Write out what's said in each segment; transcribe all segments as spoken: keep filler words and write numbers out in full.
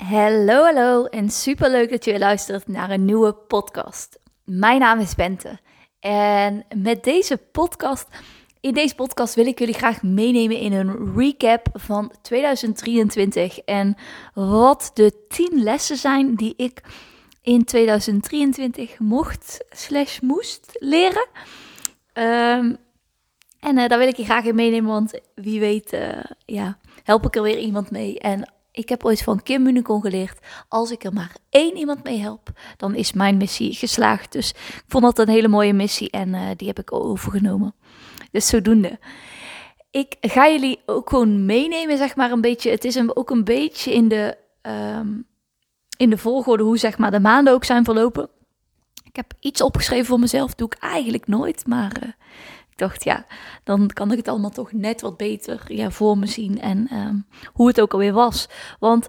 Hallo, hallo en superleuk dat je weer luistert naar een nieuwe podcast. Mijn naam is Bente en met deze podcast, in deze podcast wil ik jullie graag meenemen in een recap van tweeduizend drieëntwintig en wat de tien lessen zijn die ik in tweeduizend drieëntwintig mocht slash moest leren. Um, en uh, daar wil ik je graag in meenemen, want wie weet uh, ja, help ik er weer iemand mee. En ik heb ooit van Kim Munnekom geleerd, als ik er maar één iemand mee help, dan is mijn missie geslaagd. Dus ik vond dat een hele mooie missie en uh, die heb ik overgenomen. Dus zodoende. Ik ga jullie ook gewoon meenemen, zeg maar een beetje. Het is een, ook een beetje in de, um, in de volgorde hoe zeg maar de maanden ook zijn verlopen. Ik heb iets opgeschreven voor mezelf, doe ik eigenlijk nooit, maar uh, ik dacht ja, dan kan ik het allemaal toch net wat beter ja, voor me zien en um, hoe het ook alweer was. Want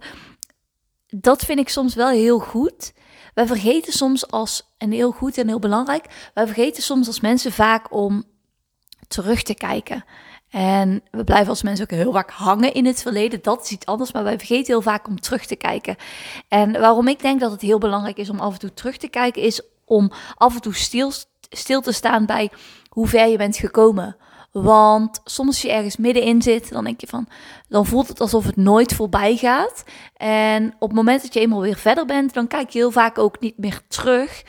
dat vind ik soms wel heel goed. Wij vergeten soms als, en heel goed en heel belangrijk, wij vergeten soms als mensen vaak om terug te kijken. En we blijven als mensen ook heel vaak hangen in het verleden. Dat is iets anders, maar wij vergeten heel vaak om terug te kijken. En waarom ik denk dat het heel belangrijk is om af en toe terug te kijken, is om af en toe stil, stil te staan bij hoe ver je bent gekomen. Want soms als je ergens middenin zit, dan denk je van, dan voelt het alsof het nooit voorbij gaat. En op het moment dat je eenmaal weer verder bent, dan kijk je heel vaak ook niet meer terug.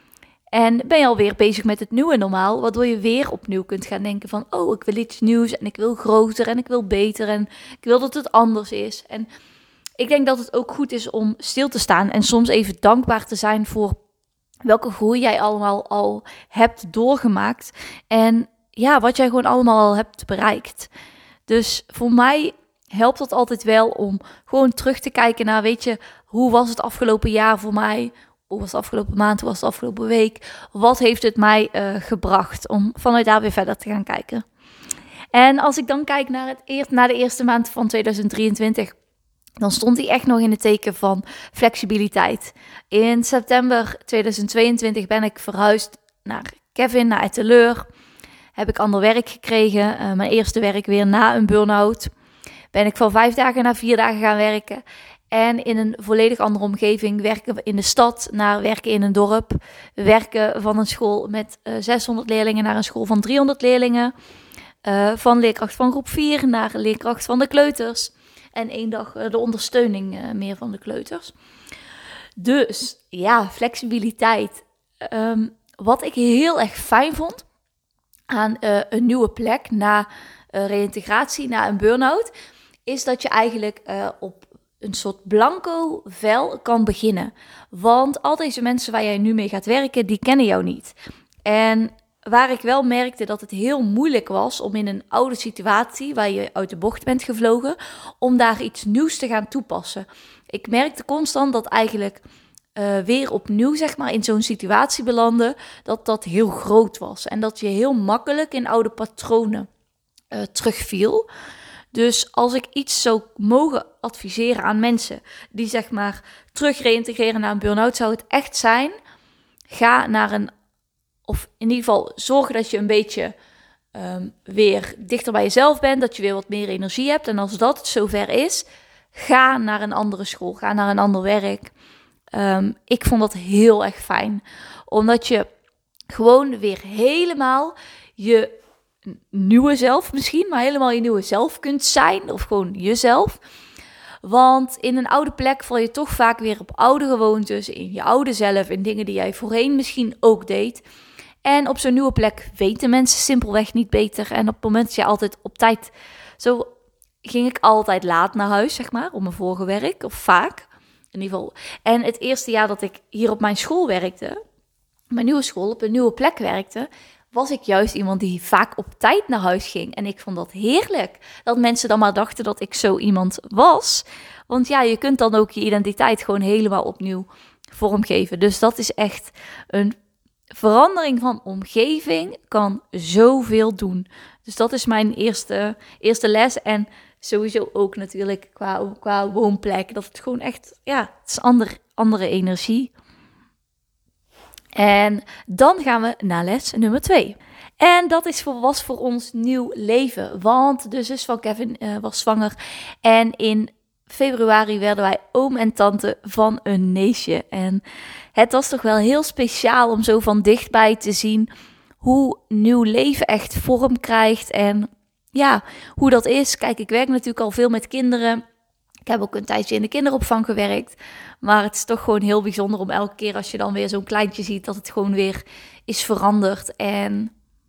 En ben je alweer bezig met het nieuwe normaal, waardoor je weer opnieuw kunt gaan denken van, oh, ik wil iets nieuws en ik wil groter en ik wil beter en ik wil dat het anders is. En ik denk dat het ook goed is om stil te staan en soms even dankbaar te zijn voor welke groei jij allemaal al hebt doorgemaakt en ja, wat jij gewoon allemaal al hebt bereikt. Dus voor mij helpt dat altijd wel om gewoon terug te kijken naar, weet je, hoe was het afgelopen jaar voor mij? Hoe was het afgelopen maand? Hoe was het afgelopen week? Wat heeft het mij uh, gebracht om vanuit daar weer verder te gaan kijken? En als ik dan kijk naar, het eer- naar de eerste maand van tweeduizend drieëntwintig, dan stond hij echt nog in het teken van flexibiliteit. In september tweeduizend tweeëntwintig ben ik verhuisd naar Kevin, naar Etteleur. Heb ik ander werk gekregen. Uh, mijn eerste werk weer na een burn-out. Ben ik van vijf dagen naar vier dagen gaan werken. En in een volledig andere omgeving, werken in de stad naar werken in een dorp. Werken van een school met uh, zeshonderd leerlingen naar een school van driehonderd leerlingen. Uh, van leerkracht van groep vier naar leerkracht van de kleuters. En één dag uh, de ondersteuning uh, meer van de kleuters. Dus ja, flexibiliteit. Um, wat ik heel erg fijn vond aan uh, een nieuwe plek na uh, reïntegratie, na een burn-out, is dat je eigenlijk uh, op een soort blanco vel kan beginnen. Want al deze mensen waar jij nu mee gaat werken, die kennen jou niet. En waar ik wel merkte dat het heel moeilijk was om in een oude situatie, waar je uit de bocht bent gevlogen, om daar iets nieuws te gaan toepassen. Ik merkte constant dat eigenlijk uh, weer opnieuw, zeg maar, in zo'n situatie belanden, dat dat heel groot was. En dat je heel makkelijk in oude patronen uh, terugviel. Dus als ik iets zou mogen adviseren aan mensen die zeg maar terug reïntegreren naar een burn-out, zou het echt zijn, ga naar een, of in ieder geval zorg dat je een beetje um, weer dichter bij jezelf bent, dat je weer wat meer energie hebt. En als dat zover is, ga naar een andere school, ga naar een ander werk. Um, ik vond dat heel erg fijn, omdat je gewoon weer helemaal je nieuwe zelf misschien, maar helemaal je nieuwe zelf kunt zijn. Of gewoon jezelf. Want in een oude plek val je toch vaak weer op oude gewoontes, in je oude zelf, in dingen die jij voorheen misschien ook deed. En op zo'n nieuwe plek weten mensen simpelweg niet beter. En op het moment dat je altijd op tijd... Zo ging ik altijd laat naar huis, zeg maar, op mijn vorige werk. Of vaak, in ieder geval. En het eerste jaar dat ik hier op mijn school werkte, mijn nieuwe school, op een nieuwe plek werkte, was ik juist iemand die vaak op tijd naar huis ging. En ik vond dat heerlijk, dat mensen dan maar dachten dat ik zo iemand was. Want ja, je kunt dan ook je identiteit gewoon helemaal opnieuw vormgeven. Dus dat is echt een verandering van omgeving, kan zoveel doen. Dus dat is mijn eerste, eerste les. En sowieso ook natuurlijk qua, qua woonplek, dat het gewoon echt, ja, het is ander, andere energie. En dan gaan we naar les nummer twee. En dat is voor, was voor ons nieuw leven. Want de zus van Kevin uh, was zwanger. En in februari werden wij oom en tante van een neefje. En het was toch wel heel speciaal om zo van dichtbij te zien hoe nieuw leven echt vorm krijgt. En ja, hoe dat is. Kijk, ik werk natuurlijk al veel met kinderen. Ik heb ook een tijdje in de kinderopvang gewerkt. Maar het is toch gewoon heel bijzonder om elke keer als je dan weer zo'n kleintje ziet, dat het gewoon weer is veranderd. En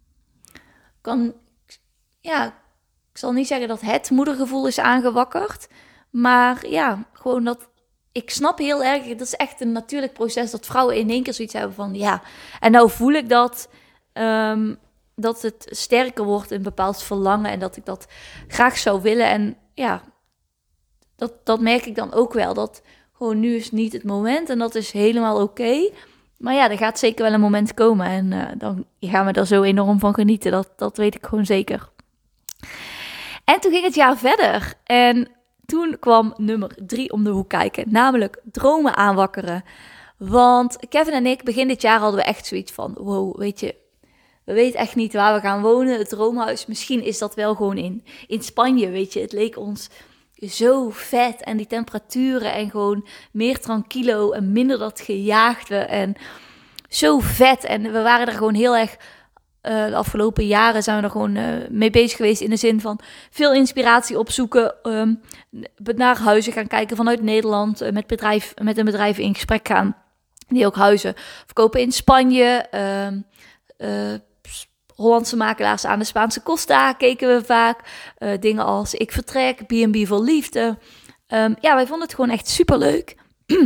kan, ja, ik zal niet zeggen dat het moedergevoel is aangewakkerd. Maar ja, gewoon dat, ik snap heel erg, dat is echt een natuurlijk proces dat vrouwen in één keer zoiets hebben van, ja, en nou voel ik dat, um, dat het sterker wordt, een bepaald verlangen en dat ik dat graag zou willen. En ja, dat, dat merk ik dan ook wel, dat gewoon nu is niet het moment en dat is helemaal oké. Okay. Maar ja, er gaat zeker wel een moment komen en uh, dan gaan we er zo enorm van genieten, dat, dat weet ik gewoon zeker. En toen ging het jaar verder en toen kwam nummer drie om de hoek kijken, namelijk dromen aanwakkeren. Want Kevin en ik, begin dit jaar hadden we echt zoiets van, wow, weet je, we weten echt niet waar we gaan wonen. Het droomhuis, misschien is dat wel gewoon in, in Spanje, weet je. Het leek ons zo vet en die temperaturen en gewoon meer tranquilo en minder dat gejaagde en zo vet. En we waren er gewoon heel erg, uh, de afgelopen jaren zijn we er gewoon uh, mee bezig geweest in de zin van veel inspiratie opzoeken, um, naar huizen gaan kijken vanuit Nederland, uh, met, bedrijf, met een bedrijf in gesprek gaan die ook huizen verkopen in Spanje. Uh, uh, Hollandse makelaars aan de Spaanse Costa keken we vaak. Uh, dingen als Ik Vertrek, B en B voor Liefde. Um, ja, wij vonden het gewoon echt superleuk.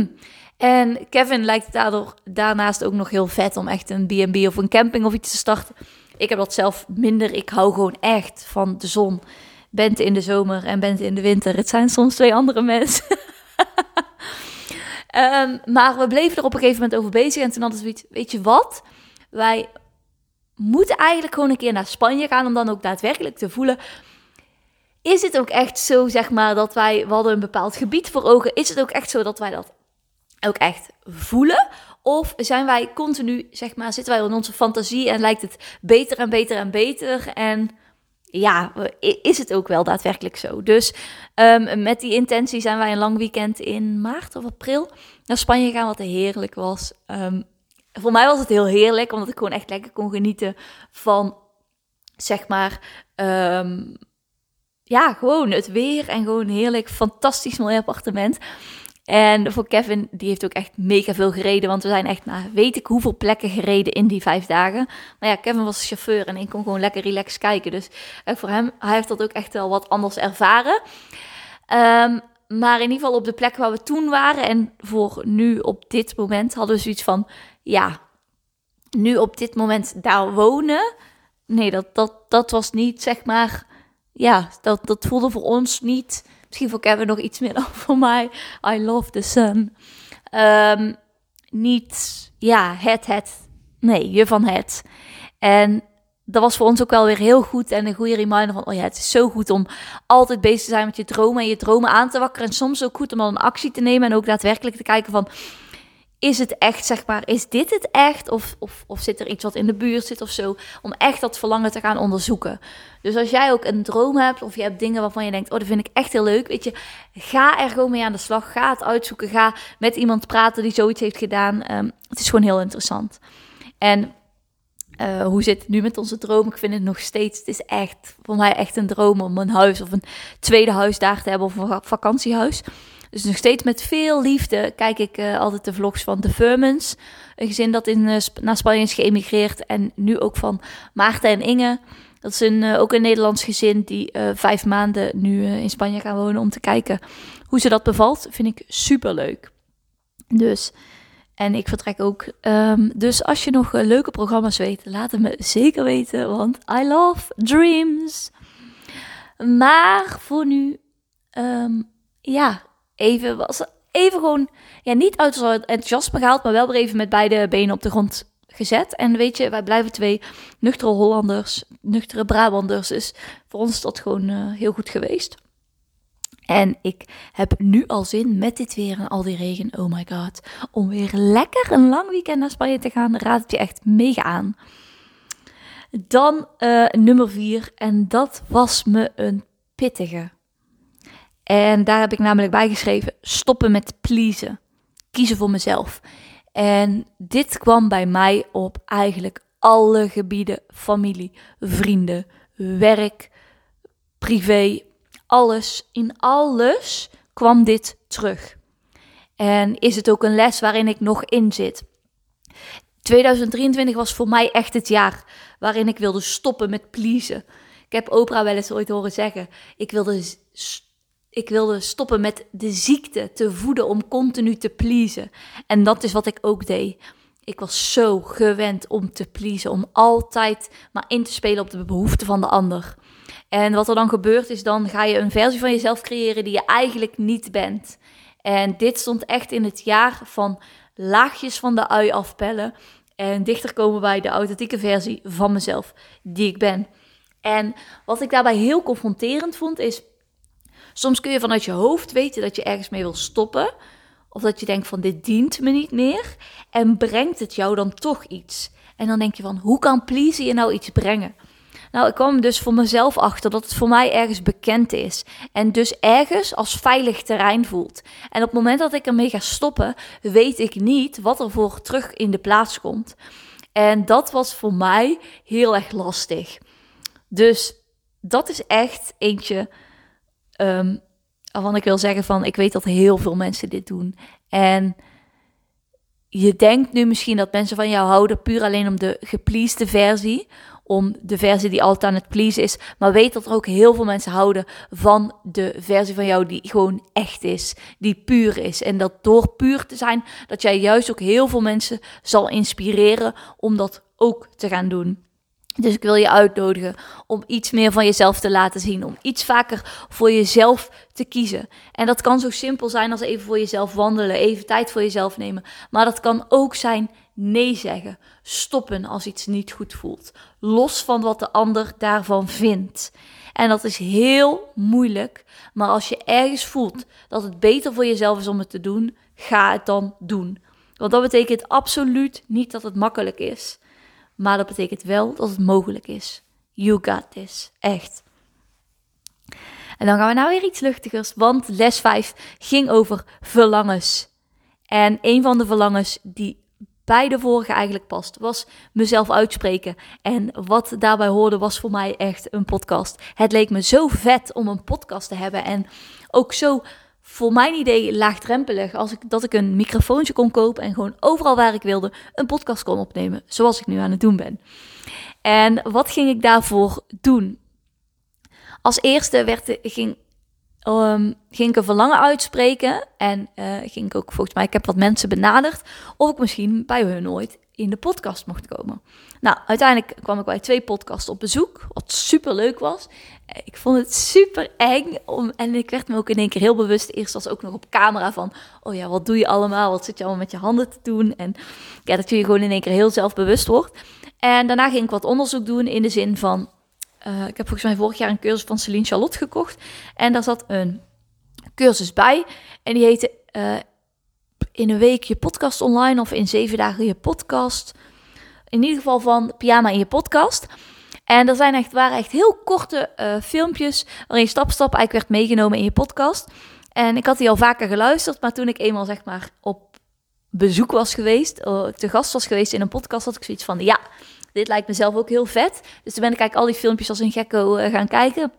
En Kevin lijkt het daardoor, daarnaast ook nog heel vet om echt een B en B of een camping of iets te starten. Ik heb dat zelf minder. Ik hou gewoon echt van de zon. Bent in de zomer en bent in de winter. Het zijn soms twee andere mensen. um, maar we bleven er op een gegeven moment over bezig. En toen hadden we zoiets, weet je wat? Wij moeten eigenlijk gewoon een keer naar Spanje gaan om dan ook daadwerkelijk te voelen. Is het ook echt zo, zeg maar, dat wij, we hadden een bepaald gebied voor ogen. Is het ook echt zo dat wij dat ook echt voelen? Of zijn wij continu, zeg maar, zitten wij in onze fantasie en lijkt het beter en beter en beter? En ja, is het ook wel daadwerkelijk zo? Dus um, met die intentie zijn wij een lang weekend in maart of april naar Spanje gaan, wat heerlijk was. Um, Voor mij was het heel heerlijk, omdat ik gewoon echt lekker kon genieten van, zeg maar, um, ja, gewoon het weer en gewoon een heerlijk, fantastisch mooi appartement. En voor Kevin, die heeft ook echt mega veel gereden, want we zijn echt naar weet ik hoeveel plekken gereden in die vijf dagen. Maar ja, Kevin was chauffeur en ik kon gewoon lekker relaxed kijken. Dus uh, voor hem, hij heeft dat ook echt wel wat anders ervaren. Um, maar in ieder geval op de plek waar we toen waren en voor nu op dit moment hadden we zoiets van, ja, nu op dit moment daar wonen. Nee, dat, dat, dat was niet, zeg maar, ja, dat, dat voelde voor ons niet. Misschien voor Kevin nog iets meer dan voor mij. I love the sun. Um, niet, ja, het, het. Nee, je van het. En dat was voor ons ook wel weer heel goed en een goede reminder van, oh ja, het is zo goed om altijd bezig te zijn met je dromen en je dromen aan te wakkeren. En soms ook goed om dan een actie te nemen en ook daadwerkelijk te kijken van, is het echt, zeg maar, is dit het echt? Of, of, of zit er iets wat in de buurt zit of zo? Om echt dat verlangen te gaan onderzoeken. Dus als jij ook een droom hebt of je hebt dingen waarvan je denkt, oh, dat vind ik echt heel leuk. Weet je, ga er gewoon mee aan de slag. Ga het uitzoeken. Ga met iemand praten die zoiets heeft gedaan. Um, het is gewoon heel interessant. En uh, hoe zit het nu met onze droom? Ik vind het nog steeds, het is echt voor mij echt een droom om een huis of een tweede huis daar te hebben of een vakantiehuis. Dus nog steeds met veel liefde kijk ik uh, altijd de vlogs van de Furmans. Een gezin dat in, uh, Sp- naar Spanje is geëmigreerd. En nu ook van Maarten en Inge. Dat is een, uh, ook een Nederlands gezin die uh, vijf maanden nu uh, in Spanje gaan wonen. Om te kijken hoe ze dat bevalt. Vind ik superleuk. Dus, en ik vertrek ook. Um, dus als je nog uh, leuke programma's weet, laat het me zeker weten. Want I love dreams. Maar voor nu, um, ja... Even, was even gewoon, ja, niet uit het enthousiasme gehaald, maar wel weer even met beide benen op de grond gezet. En weet je, wij blijven twee nuchtere Hollanders, nuchtere Brabanders. Dus voor ons is dat gewoon uh, heel goed geweest. En ik heb nu al zin met dit weer en al die regen, oh my god, om weer lekker een lang weekend naar Spanje te gaan. Raad het je echt mega aan. Dan uh, nummer vier, en dat was me een pittige. En daar heb ik namelijk bij geschreven, stoppen met pleasen. Kiezen voor mezelf. En dit kwam bij mij op eigenlijk alle gebieden. Familie, vrienden, werk, privé, alles. In alles kwam dit terug. En is het ook een les waarin ik nog in zit. tweeduizend drieëntwintig was voor mij echt het jaar waarin ik wilde stoppen met pleasen. Ik heb Oprah wel eens ooit horen zeggen, ik wilde, ik wilde stoppen met de ziekte te voeden om continu te pleasen. En dat is wat ik ook deed. Ik was zo gewend om te pleasen, om altijd maar in te spelen op de behoeften van de ander. En wat er dan gebeurt is, dan ga je een versie van jezelf creëren die je eigenlijk niet bent. En dit stond echt in het jaar van laagjes van de ui afpellen en dichter komen bij de authentieke versie van mezelf die ik ben. En wat ik daarbij heel confronterend vond is, soms kun je vanuit je hoofd weten dat je ergens mee wil stoppen, of dat je denkt van dit dient me niet meer, en brengt het jou dan toch iets. En dan denk je van, hoe kan pleasen je nou iets brengen? Nou, ik kwam dus voor mezelf achter dat het voor mij ergens bekend is. En dus ergens als veilig terrein voelt. En op het moment dat ik ermee ga stoppen, weet ik niet wat er voor terug in de plaats komt. En dat was voor mij heel erg lastig. Dus dat is echt eentje um, waarvan ik wil zeggen van, ik weet dat heel veel mensen dit doen. En je denkt nu misschien dat mensen van jou houden puur alleen om de gepleasede versie, om de versie die altijd aan het pleasen is. Maar weet dat er ook heel veel mensen houden van de versie van jou die gewoon echt is. Die puur is. En dat door puur te zijn, dat jij juist ook heel veel mensen zal inspireren om dat ook te gaan doen. Dus ik wil je uitnodigen om iets meer van jezelf te laten zien. Om iets vaker voor jezelf te kiezen. En dat kan zo simpel zijn als even voor jezelf wandelen. Even tijd voor jezelf nemen. Maar dat kan ook zijn nee zeggen. Stoppen als iets niet goed voelt. Los van wat de ander daarvan vindt. En dat is heel moeilijk. Maar als je ergens voelt dat het beter voor jezelf is om het te doen, ga het dan doen. Want dat betekent absoluut niet dat het makkelijk is. Maar dat betekent wel dat het mogelijk is. You got this. Echt. En dan gaan we nou weer iets luchtigers. Want les vijf ging over verlangens. En een van de verlangens die bij de vorige eigenlijk past, was mezelf uitspreken. En wat daarbij hoorde was voor mij echt een podcast. Het leek me zo vet om een podcast te hebben. En ook zo, voor mijn idee, laagdrempelig. Als ik, dat ik een microfoontje kon kopen en gewoon overal waar ik wilde een podcast kon opnemen. Zoals ik nu aan het doen ben. En wat ging ik daarvoor doen? Als eerste werd, ging, um, ging ik een verlangen uitspreken. En uh, ging ik ook, volgens mij, ik heb wat mensen benaderd. Of ik misschien bij hun ooit in de podcast mocht komen. Nou, uiteindelijk kwam ik bij twee podcasts op bezoek. Wat super leuk was. Ik vond het super eng. Om, en ik werd me ook in één keer heel bewust. Eerst was ook nog op camera van, oh ja, wat doe je allemaal? Wat zit je allemaal met je handen te doen? En ja, dat je je gewoon in één keer heel zelfbewust wordt. En daarna ging ik wat onderzoek doen in de zin van, Uh, ik heb volgens mij vorig jaar een cursus van Celine Charlotte gekocht. En daar zat een cursus bij. En die heette uh, in een week je podcast online of in zeven dagen je podcast. In ieder geval van pyjama in je podcast. En er zijn echt, waren echt heel korte uh, filmpjes waarin je stap voor stap eigenlijk werd meegenomen in je podcast. En ik had die al vaker geluisterd, maar toen ik eenmaal zeg maar op bezoek was geweest, uh, te gast was geweest in een podcast, had ik zoiets van, ja, dit lijkt mezelf ook heel vet. Dus toen ben ik eigenlijk al die filmpjes als een gekko uh, gaan kijken.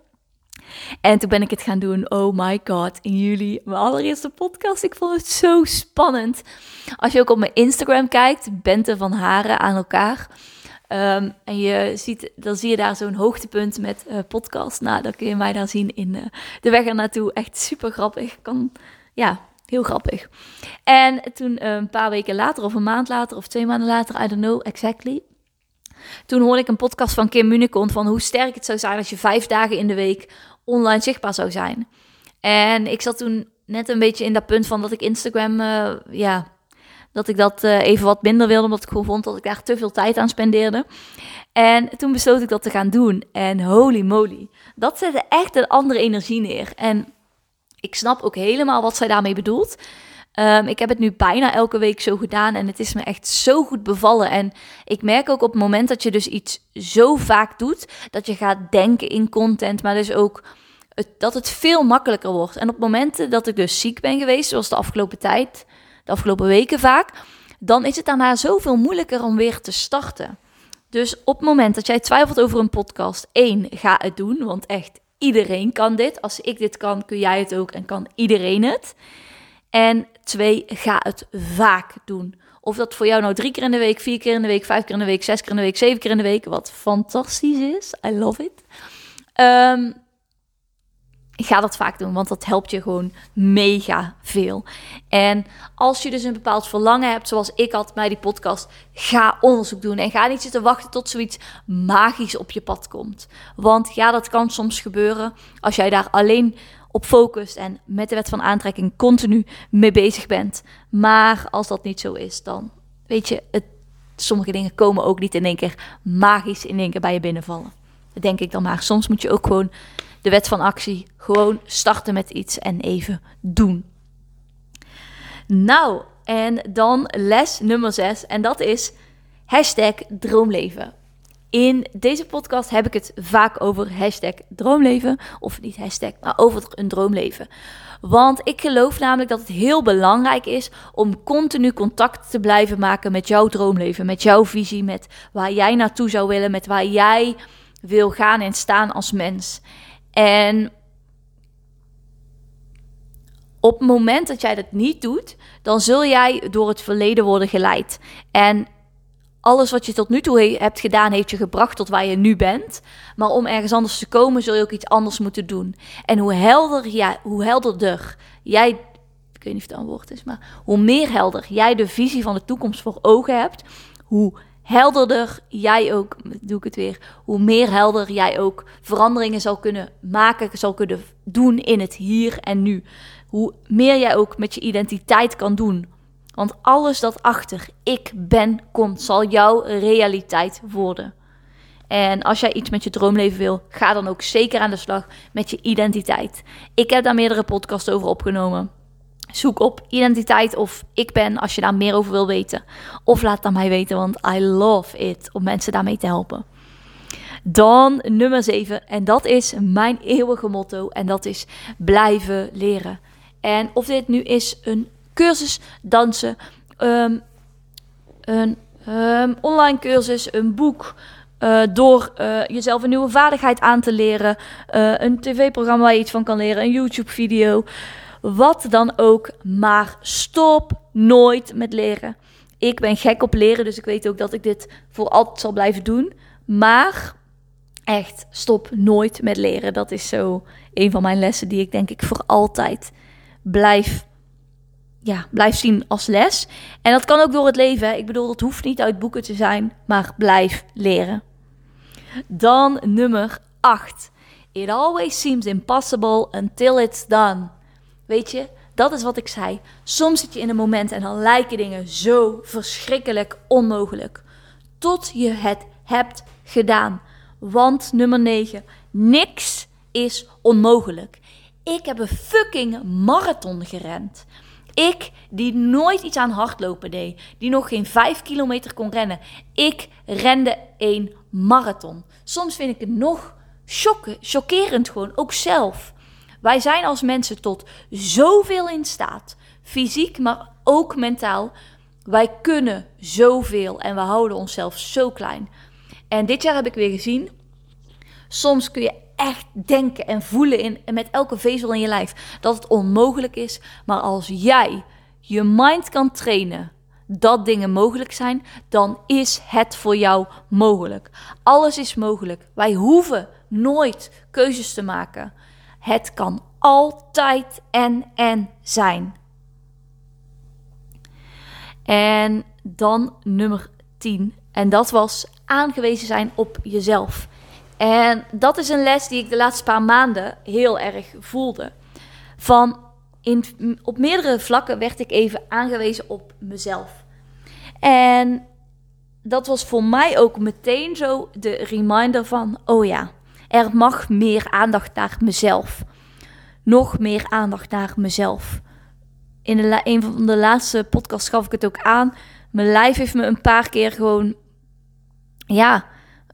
En toen ben ik het gaan doen. Oh my god, in juli, mijn allereerste podcast. Ik vond het zo spannend. Als je ook op mijn Instagram kijkt, Bente van Haren aan elkaar. Um, en je ziet, dan zie je daar zo'n hoogtepunt met uh, podcast. Nou, dan kun je mij daar zien in uh, de weg er naartoe. Echt super grappig. Kan, ja, heel grappig. En toen uh, een paar weken later, of een maand later, of twee maanden later, I don't know exactly. Toen hoorde ik een podcast van Kim Munnekom van hoe sterk het zou zijn als je vijf dagen in de week online zichtbaar zou zijn. En ik zat toen net een beetje in dat punt van dat ik Instagram, uh, ja, dat ik dat uh, even wat minder wilde, omdat ik gewoon vond dat ik daar te veel tijd aan spendeerde. En toen besloot ik dat te gaan doen. En holy moly, dat zette echt een andere energie neer. En ik snap ook helemaal wat zij daarmee bedoelt. Um, ik heb het nu bijna elke week zo gedaan en het is me echt zo goed bevallen. En ik merk ook op het moment dat je dus iets zo vaak doet, dat je gaat denken in content, maar dus ook het, dat het veel makkelijker wordt. En op momenten dat ik dus ziek ben geweest, zoals de afgelopen tijd, de afgelopen weken vaak, dan is het daarna zoveel moeilijker om weer te starten. Dus op het moment dat jij twijfelt over een podcast, één, ga het doen, want echt iedereen kan dit. Als ik dit kan, kun jij het ook en kan iedereen het. En twee, ga het vaak doen. Of dat voor jou nou drie keer in de week, vier keer in de week, vijf keer in de week, zes keer in de week, zeven keer in de week, wat fantastisch is. I love it. Um, Ga dat vaak doen, want dat helpt je gewoon mega veel. En als je dus een bepaald verlangen hebt, zoals ik had bij die podcast, ga onderzoek doen. En ga niet zitten wachten tot zoiets magisch op je pad komt. Want ja, dat kan soms gebeuren als jij daar alleen op focust en met de wet van aantrekking continu mee bezig bent. Maar als dat niet zo is, dan weet je, het, sommige dingen komen ook niet in één keer magisch in één keer bij je binnenvallen. Dat denk ik dan maar. Soms moet je ook gewoon de wet van actie, gewoon starten met iets en even doen. Nou, en dan les nummer zes en dat is hashtag droomleven. In deze podcast heb ik het vaak over hashtag droomleven, of niet hashtag, maar over een droomleven. Want ik geloof namelijk dat het heel belangrijk is om continu contact te blijven maken met jouw droomleven, met jouw visie, met waar jij naartoe zou willen, met waar jij wil gaan en staan als mens. En op het moment dat jij dat niet doet, dan zul jij door het verleden worden geleid. En alles wat je tot nu toe he- hebt gedaan, heeft je gebracht tot waar je nu bent. Maar om ergens anders te komen, zul je ook iets anders moeten doen. En hoe helder jij, hoe helderder jij, ik weet niet of dat een woord is, maar hoe meer helder jij de visie van de toekomst voor ogen hebt, hoe helderder jij ook, doe ik het weer, hoe meer helder jij ook veranderingen zal kunnen maken, zal kunnen doen in het hier en nu. Hoe meer jij ook met je identiteit kan doen. Want alles dat achter ik ben komt, zal jouw realiteit worden. En als jij iets met je droomleven wil, ga dan ook zeker aan de slag met je identiteit. Ik heb daar meerdere podcasts over opgenomen. Zoek op identiteit of ik ben als je daar meer over wil weten. Of laat het aan mij weten, want I love it om mensen daarmee te helpen. Dan nummer zeven en dat is mijn eeuwige motto en dat is blijven leren. En of dit nu is een cursus dansen, um, een um, online cursus, een boek, uh, door uh, jezelf een nieuwe vaardigheid aan te leren, uh, een tv-programma waar je iets van kan leren, een YouTube-video, wat dan ook, maar stop nooit met leren. Ik ben gek op leren, dus ik weet ook dat ik dit voor altijd zal blijven doen, maar echt, stop nooit met leren. Dat is zo een van mijn lessen die ik denk ik voor altijd blijf Ja, blijf zien als les. En dat kan ook door het leven. Hè. Ik bedoel, dat hoeft niet uit boeken te zijn, maar blijf leren. Dan nummer acht. It always seems impossible until it's done. Weet je, dat is wat ik zei. Soms zit je in een moment en dan lijken dingen zo verschrikkelijk onmogelijk. Tot je het hebt gedaan. Want nummer negen. Niks is onmogelijk. Ik heb een fucking marathon gerend. Ik, die nooit iets aan hardlopen deed, die nog geen vijf kilometer kon rennen. Ik rende een marathon. Soms vind ik het nog chocken, chockerend gewoon, ook zelf. Wij zijn als mensen tot zoveel in staat. Fysiek, maar ook mentaal. Wij kunnen zoveel en we houden onszelf zo klein. En dit jaar heb ik weer gezien, soms kun je echt denken en voelen in, en met elke vezel in je lijf dat het onmogelijk is. Maar als jij je mind kan trainen dat dingen mogelijk zijn, dan is het voor jou mogelijk. Alles is mogelijk. Wij hoeven nooit keuzes te maken. Het kan altijd en en zijn. En dan nummer tien. En dat was aangewezen zijn op jezelf. En dat is een les die ik de laatste paar maanden heel erg voelde. Van in, op meerdere vlakken werd ik even aangewezen op mezelf. En dat was voor mij ook meteen zo de reminder van, oh ja, er mag meer aandacht naar mezelf. Nog meer aandacht naar mezelf. In de la- een van de laatste podcasts gaf ik het ook aan. Mijn lijf heeft me een paar keer gewoon, ja,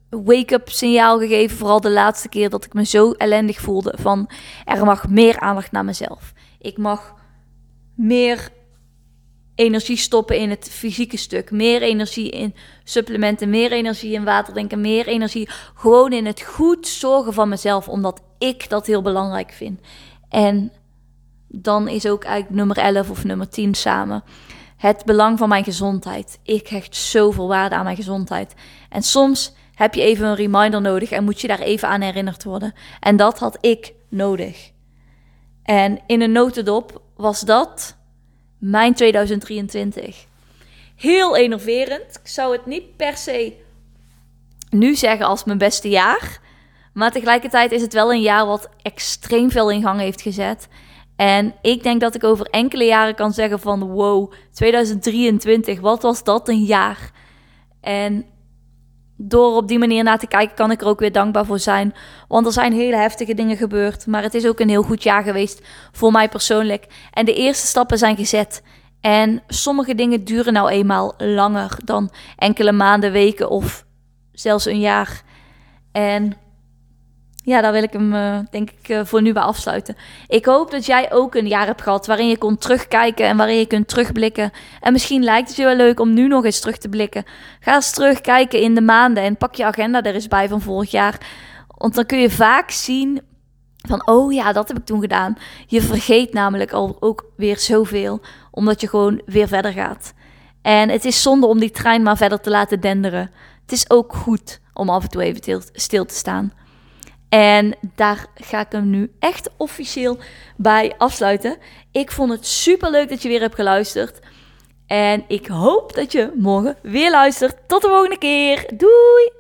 wake-up signaal gegeven. Vooral de laatste keer dat ik me zo ellendig voelde. Van er mag meer aandacht naar mezelf. Ik mag meer energie stoppen in het fysieke stuk. Meer energie in supplementen. Meer energie in water drinken. Meer energie gewoon in het goed zorgen van mezelf. Omdat ik dat heel belangrijk vind. En dan is ook eigenlijk nummer elf of nummer tien samen. Het belang van mijn gezondheid. Ik hecht zoveel waarde aan mijn gezondheid. En soms heb je even een reminder nodig en moet je daar even aan herinnerd worden. En dat had ik nodig. En in een notendop was dat mijn tweeduizend drieëntwintig. Heel enerverend. Ik zou het niet per se nu zeggen als mijn beste jaar. Maar tegelijkertijd is het wel een jaar wat extreem veel in gang heeft gezet. En ik denk dat ik over enkele jaren kan zeggen van wow, tweeduizend drieëntwintig, wat was dat een jaar. En door op die manier naar te kijken kan ik er ook weer dankbaar voor zijn. Want er zijn hele heftige dingen gebeurd. Maar het is ook een heel goed jaar geweest voor mij persoonlijk. En de eerste stappen zijn gezet. En sommige dingen duren nou eenmaal langer dan enkele maanden, weken of zelfs een jaar. En ja, daar wil ik hem uh, denk ik uh, voor nu bij afsluiten. Ik hoop dat jij ook een jaar hebt gehad waarin je kon terugkijken en waarin je kunt terugblikken. En misschien lijkt het je wel leuk om nu nog eens terug te blikken. Ga eens terugkijken in de maanden en pak je agenda er eens bij van vorig jaar. Want dan kun je vaak zien van oh ja, dat heb ik toen gedaan. Je vergeet namelijk al ook weer zoveel, omdat je gewoon weer verder gaat. En het is zonde om die trein maar verder te laten denderen. Het is ook goed om af en toe even stil te staan. En daar ga ik hem nu echt officieel bij afsluiten. Ik vond het super leuk dat je weer hebt geluisterd. En ik hoop dat je morgen weer luistert. Tot de volgende keer. Doei!